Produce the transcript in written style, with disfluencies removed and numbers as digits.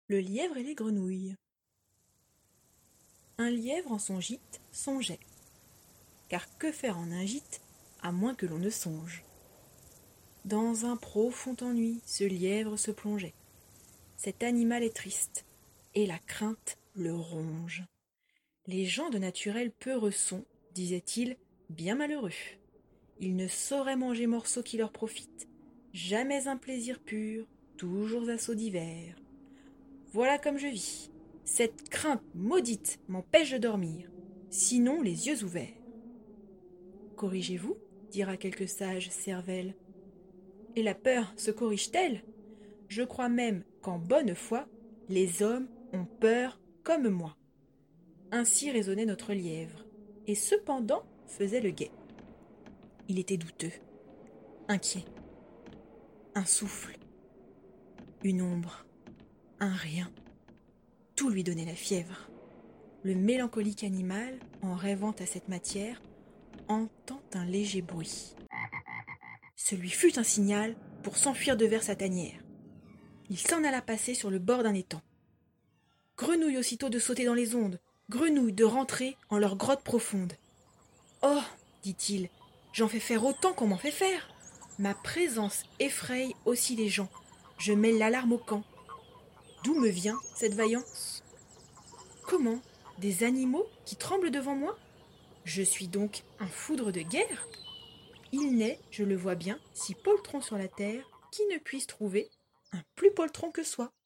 Le lièvre et les grenouilles. Un lièvre en son gîte songeait. Car que faire en un gîte, à moins que l'on ne songe? Dans un profond ennui, ce lièvre se plongeait. Cet animal est triste, et la crainte le ronge. Les gens de naturel peureux sont, disait-il, bien malheureux. Ils ne sauraient manger morceaux qui leur profitent, jamais un plaisir pur, toujours assauts divers. Voilà comme je vis. Cette crainte maudite m'empêche de dormir, sinon les yeux ouverts. Corrigez-vous, dira quelque sage cervelle. Et la peur se corrige-t-elle? Je crois même qu'en bonne foi, les hommes ont peur comme moi. Ainsi raisonnait notre lièvre, et cependant faisait le guet. Il était douteux, inquiet, un souffle, une ombre, un rien. Tout lui donnait la fièvre. Le mélancolique animal, en rêvant à cette matière, entend un léger bruit. Ce lui fut un signal pour s'enfuir devers sa tanière. Il s'en alla passer sur le bord d'un étang. Grenouille aussitôt de sauter dans les ondes, grenouille de rentrer en leur grotte profonde. Oh, dit-il, j'en fais faire autant qu'on m'en fait faire. Ma présence effraie aussi les gens. Je mets l'alarme au camp. D'où me vient cette vaillance? Comment? Des animaux qui tremblent devant moi? Je suis donc un foudre de guerre? Il n'est, je le vois bien, si poltron sur la terre qui ne puisse trouver un plus poltron que soi.